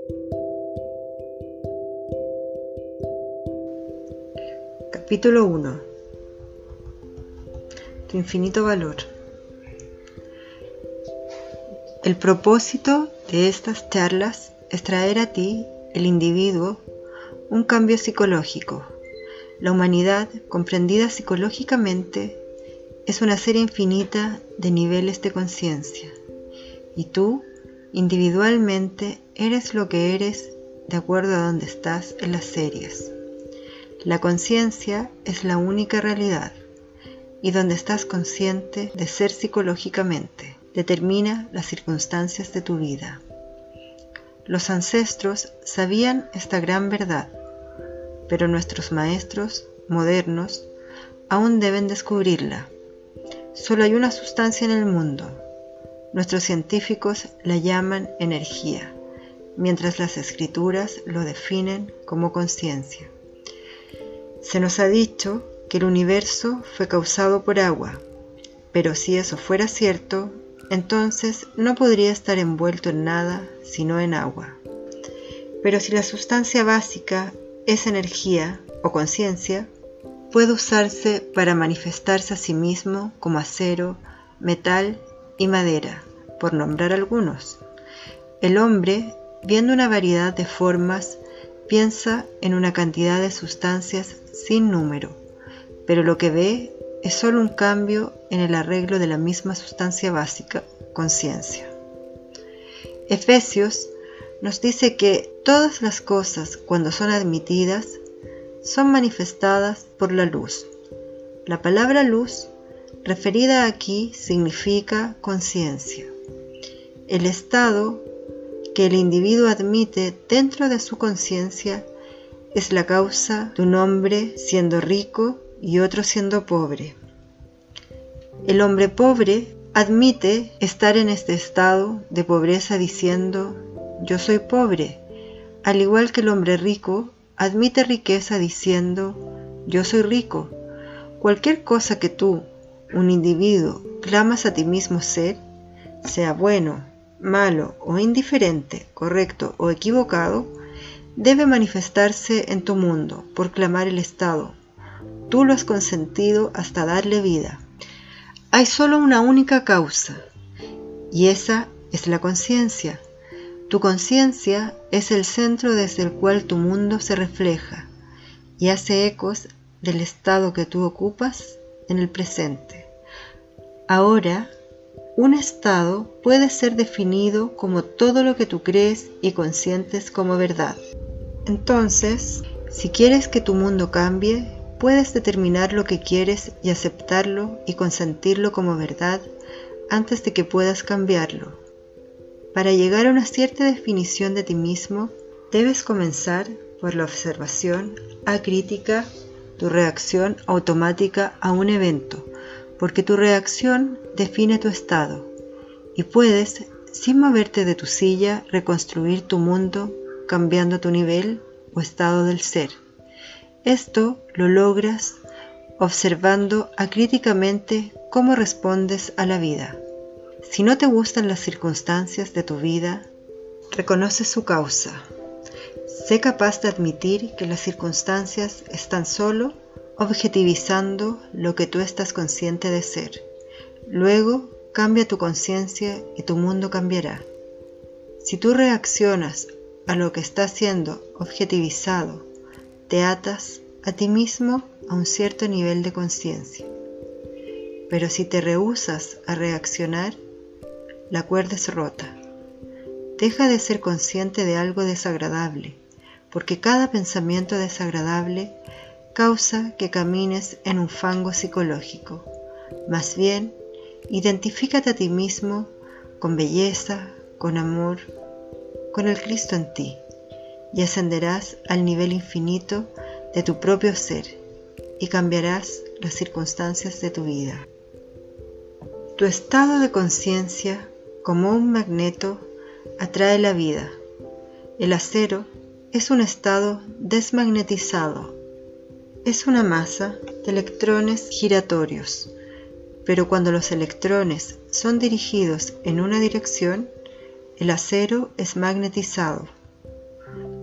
Capítulo 1. Tu infinito valor. El propósito de estas charlas es traer a ti, el individuo, un cambio psicológico. La humanidad, comprendida psicológicamente, es una serie infinita de niveles de conciencia. Y tú, individualmente, eres lo que eres de acuerdo a donde estás en las series. La conciencia es la única realidad, y donde estás consciente de ser psicológicamente, determina las circunstancias de tu vida. Los ancestros sabían esta gran verdad, pero nuestros maestros modernos aún deben descubrirla. Solo hay una sustancia en el mundo. Nuestros científicos la llaman energía, mientras las escrituras lo definen como conciencia. Se nos ha dicho que el universo fue causado por agua, pero si eso fuera cierto, entonces no podría estar envuelto en nada sino en agua. Pero si la sustancia básica es energía o conciencia, puede usarse para manifestarse a sí mismo como acero, metal y madera, por nombrar algunos. El hombre, viendo una variedad de formas, piensa en una cantidad de sustancias sin número, pero lo que ve es solo un cambio en el arreglo de la misma sustancia básica, conciencia. Efesios nos dice que todas las cosas, cuando son admitidas, son manifestadas por la luz. La palabra luz, referida aquí, significa conciencia. El estado que el individuo admite dentro de su conciencia es la causa de un hombre siendo rico y otro siendo pobre. El hombre pobre admite estar en este estado de pobreza diciendo: yo soy pobre, al igual que el hombre rico admite riqueza diciendo: yo soy rico. Cualquier cosa que tú, un individuo, clamas a ti mismo ser, sea bueno, malo o indiferente, correcto o equivocado, debe manifestarse en tu mundo por clamar el estado. Tú lo has consentido hasta darle vida. Hay solo una única causa, y esa es la conciencia. Tu conciencia es el centro desde el cual tu mundo se refleja y hace ecos del estado que tú ocupas en el presente. Ahora, un estado puede ser definido como todo lo que tú crees y consientes como verdad. Entonces, si quieres que tu mundo cambie, puedes determinar lo que quieres y aceptarlo y consentirlo como verdad antes de que puedas cambiarlo. Para llegar a una cierta definición de ti mismo, debes comenzar por la observación acrítica, tu reacción automática a un evento, porque tu reacción define tu estado, y puedes, sin moverte de tu silla, reconstruir tu mundo cambiando tu nivel o estado del ser. Esto lo logras observando acríticamente cómo respondes a la vida. Si no te gustan las circunstancias de tu vida, reconoce su causa. Sé capaz de admitir que las circunstancias están solo objetivizando lo que tú estás consciente de ser. Luego, cambia tu conciencia y tu mundo cambiará. Si tú reaccionas a lo que está siendo objetivizado, te atas a ti mismo a un cierto nivel de conciencia. Pero si te rehusas a reaccionar, la cuerda es rota. Deja de ser consciente de algo desagradable, porque cada pensamiento desagradable causa que camines en un fango psicológico. Más bien, identifícate a ti mismo con belleza, con amor, con el Cristo en ti, y ascenderás al nivel infinito de tu propio ser y cambiarás las circunstancias de tu vida. Tu estado de conciencia, como un magneto, atrae la vida. El acero es un estado desmagnetizado. Es una masa de electrones giratorios, pero cuando los electrones son dirigidos en una dirección, el acero es magnetizado.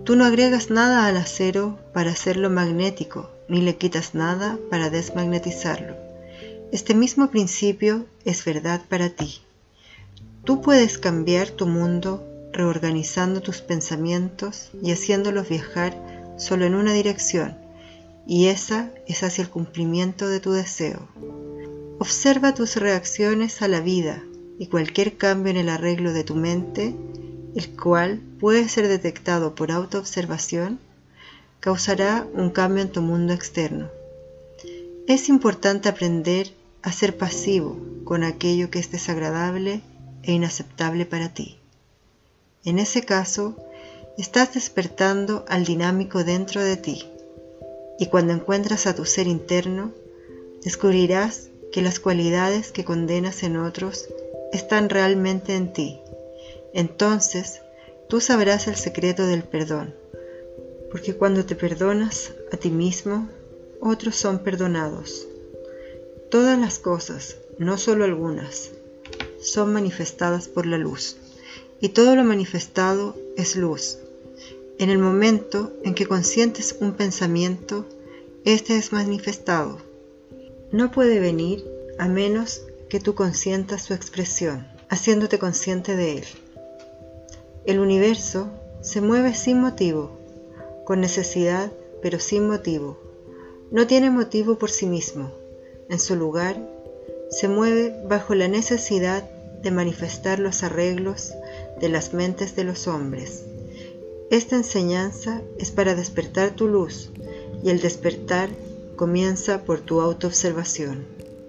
Tú no agregas nada al acero para hacerlo magnético, ni le quitas nada para desmagnetizarlo. Este mismo principio es verdad para ti. Tú puedes cambiar tu mundo reorganizando tus pensamientos y haciéndolos viajar solo en una dirección, y esa es hacia el cumplimiento de tu deseo. Observa tus reacciones a la vida y cualquier cambio en el arreglo de tu mente, el cual puede ser detectado por autoobservación, causará un cambio en tu mundo externo. Es importante aprender a ser pasivo con aquello que es desagradable e inaceptable para ti. En ese caso, estás despertando al dinámico dentro de ti, y cuando encuentras a tu ser interno, descubrirás que las cualidades que condenas en otros están realmente en ti. Entonces, tú sabrás el secreto del perdón, porque cuando te perdonas a ti mismo, otros son perdonados. Todas las cosas, no solo algunas, son manifestadas por la luz, y todo lo manifestado es luz. En el momento en que consientes un pensamiento, este es manifestado. No puede venir a menos que tú consientas su expresión, haciéndote consciente de él. El universo se mueve sin motivo, con necesidad, pero sin motivo. No tiene motivo por sí mismo. En su lugar, se mueve bajo la necesidad de manifestar los arreglos de las mentes de los hombres. Esta enseñanza es para despertar tu luz, y el despertar comienza por tu autoobservación.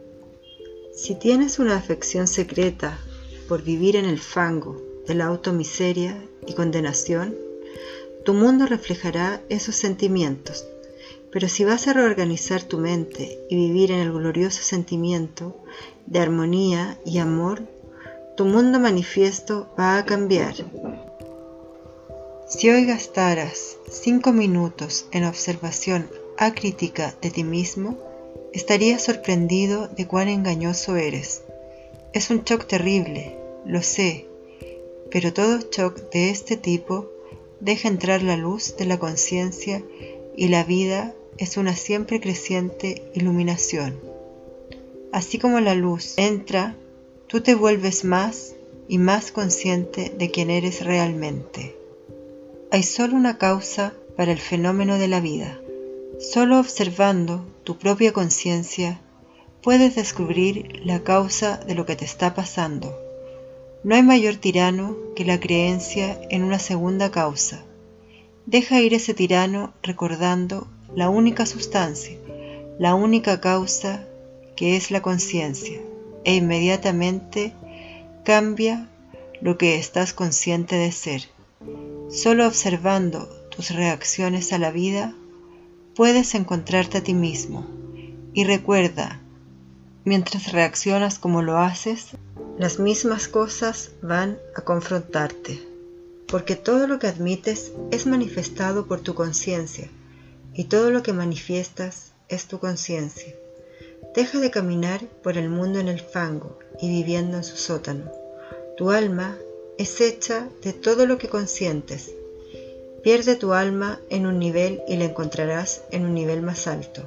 Si tienes una afección secreta por vivir en el fango de la automiseria y condenación, tu mundo reflejará esos sentimientos. Pero si vas a reorganizar tu mente y vivir en el glorioso sentimiento de armonía y amor, tu mundo manifiesto va a cambiar. Si hoy gastaras 5 minutos en observación acrítica de ti mismo, estarías sorprendido de cuán engañoso eres. Es un shock terrible, lo sé, pero todo shock de este tipo deja entrar la luz de la conciencia y la vida es una siempre creciente iluminación. Así como la luz entra, tú te vuelves más y más consciente de quién eres realmente. Hay solo una causa para el fenómeno de la vida. Solo observando tu propia conciencia puedes descubrir la causa de lo que te está pasando. No hay mayor tirano que la creencia en una segunda causa. Deja ir ese tirano recordando la única sustancia, la única causa que es la conciencia, e inmediatamente cambia lo que estás consciente de ser. Solo observando tus reacciones a la vida puedes encontrarte a ti mismo. Y recuerda, mientras reaccionas como lo haces, las mismas cosas van a confrontarte, porque todo lo que admites es manifestado por tu conciencia, y todo lo que manifiestas es tu conciencia. Deja de caminar por el mundo en el fango y viviendo en su sótano. Tu alma es hecha de todo lo que consientes. Pierde tu alma en un nivel y la encontrarás en un nivel más alto.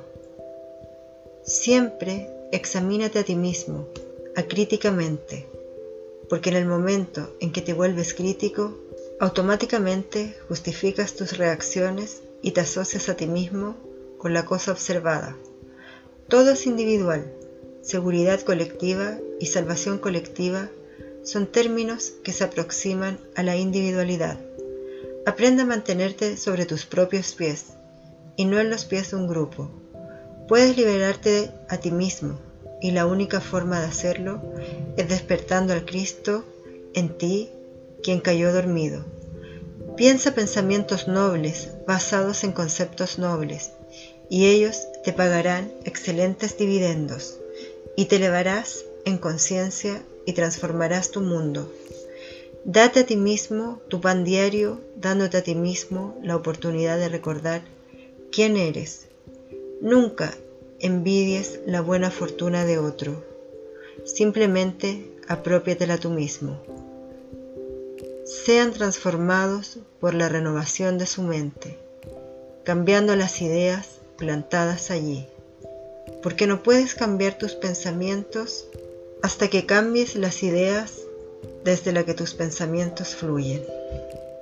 Siempre examínate a ti mismo, acríticamente, porque en el momento en que te vuelves crítico, automáticamente justificas tus reacciones y te asocias a ti mismo con la cosa observada. Todo es individual. Seguridad colectiva y salvación colectiva son términos que se aproximan a la individualidad. Aprende a mantenerte sobre tus propios pies y no en los pies de un grupo. Puedes liberarte a ti mismo y la única forma de hacerlo es despertando al Cristo en ti, quien cayó dormido. Piensa pensamientos nobles basados en conceptos nobles y ellos te pagarán excelentes dividendos y te elevarás en conciencia y transformarás tu mundo. Date a ti mismo tu pan diario, dándote a ti mismo la oportunidad de recordar quién eres. Nunca envidies la buena fortuna de otro. Simplemente apropiatela tú mismo. sean transformados por la renovación de su mente, cambiando las ideas plantadas allí, porque no puedes cambiar tus pensamientos hasta que cambies las ideas desde las que tus pensamientos fluyen.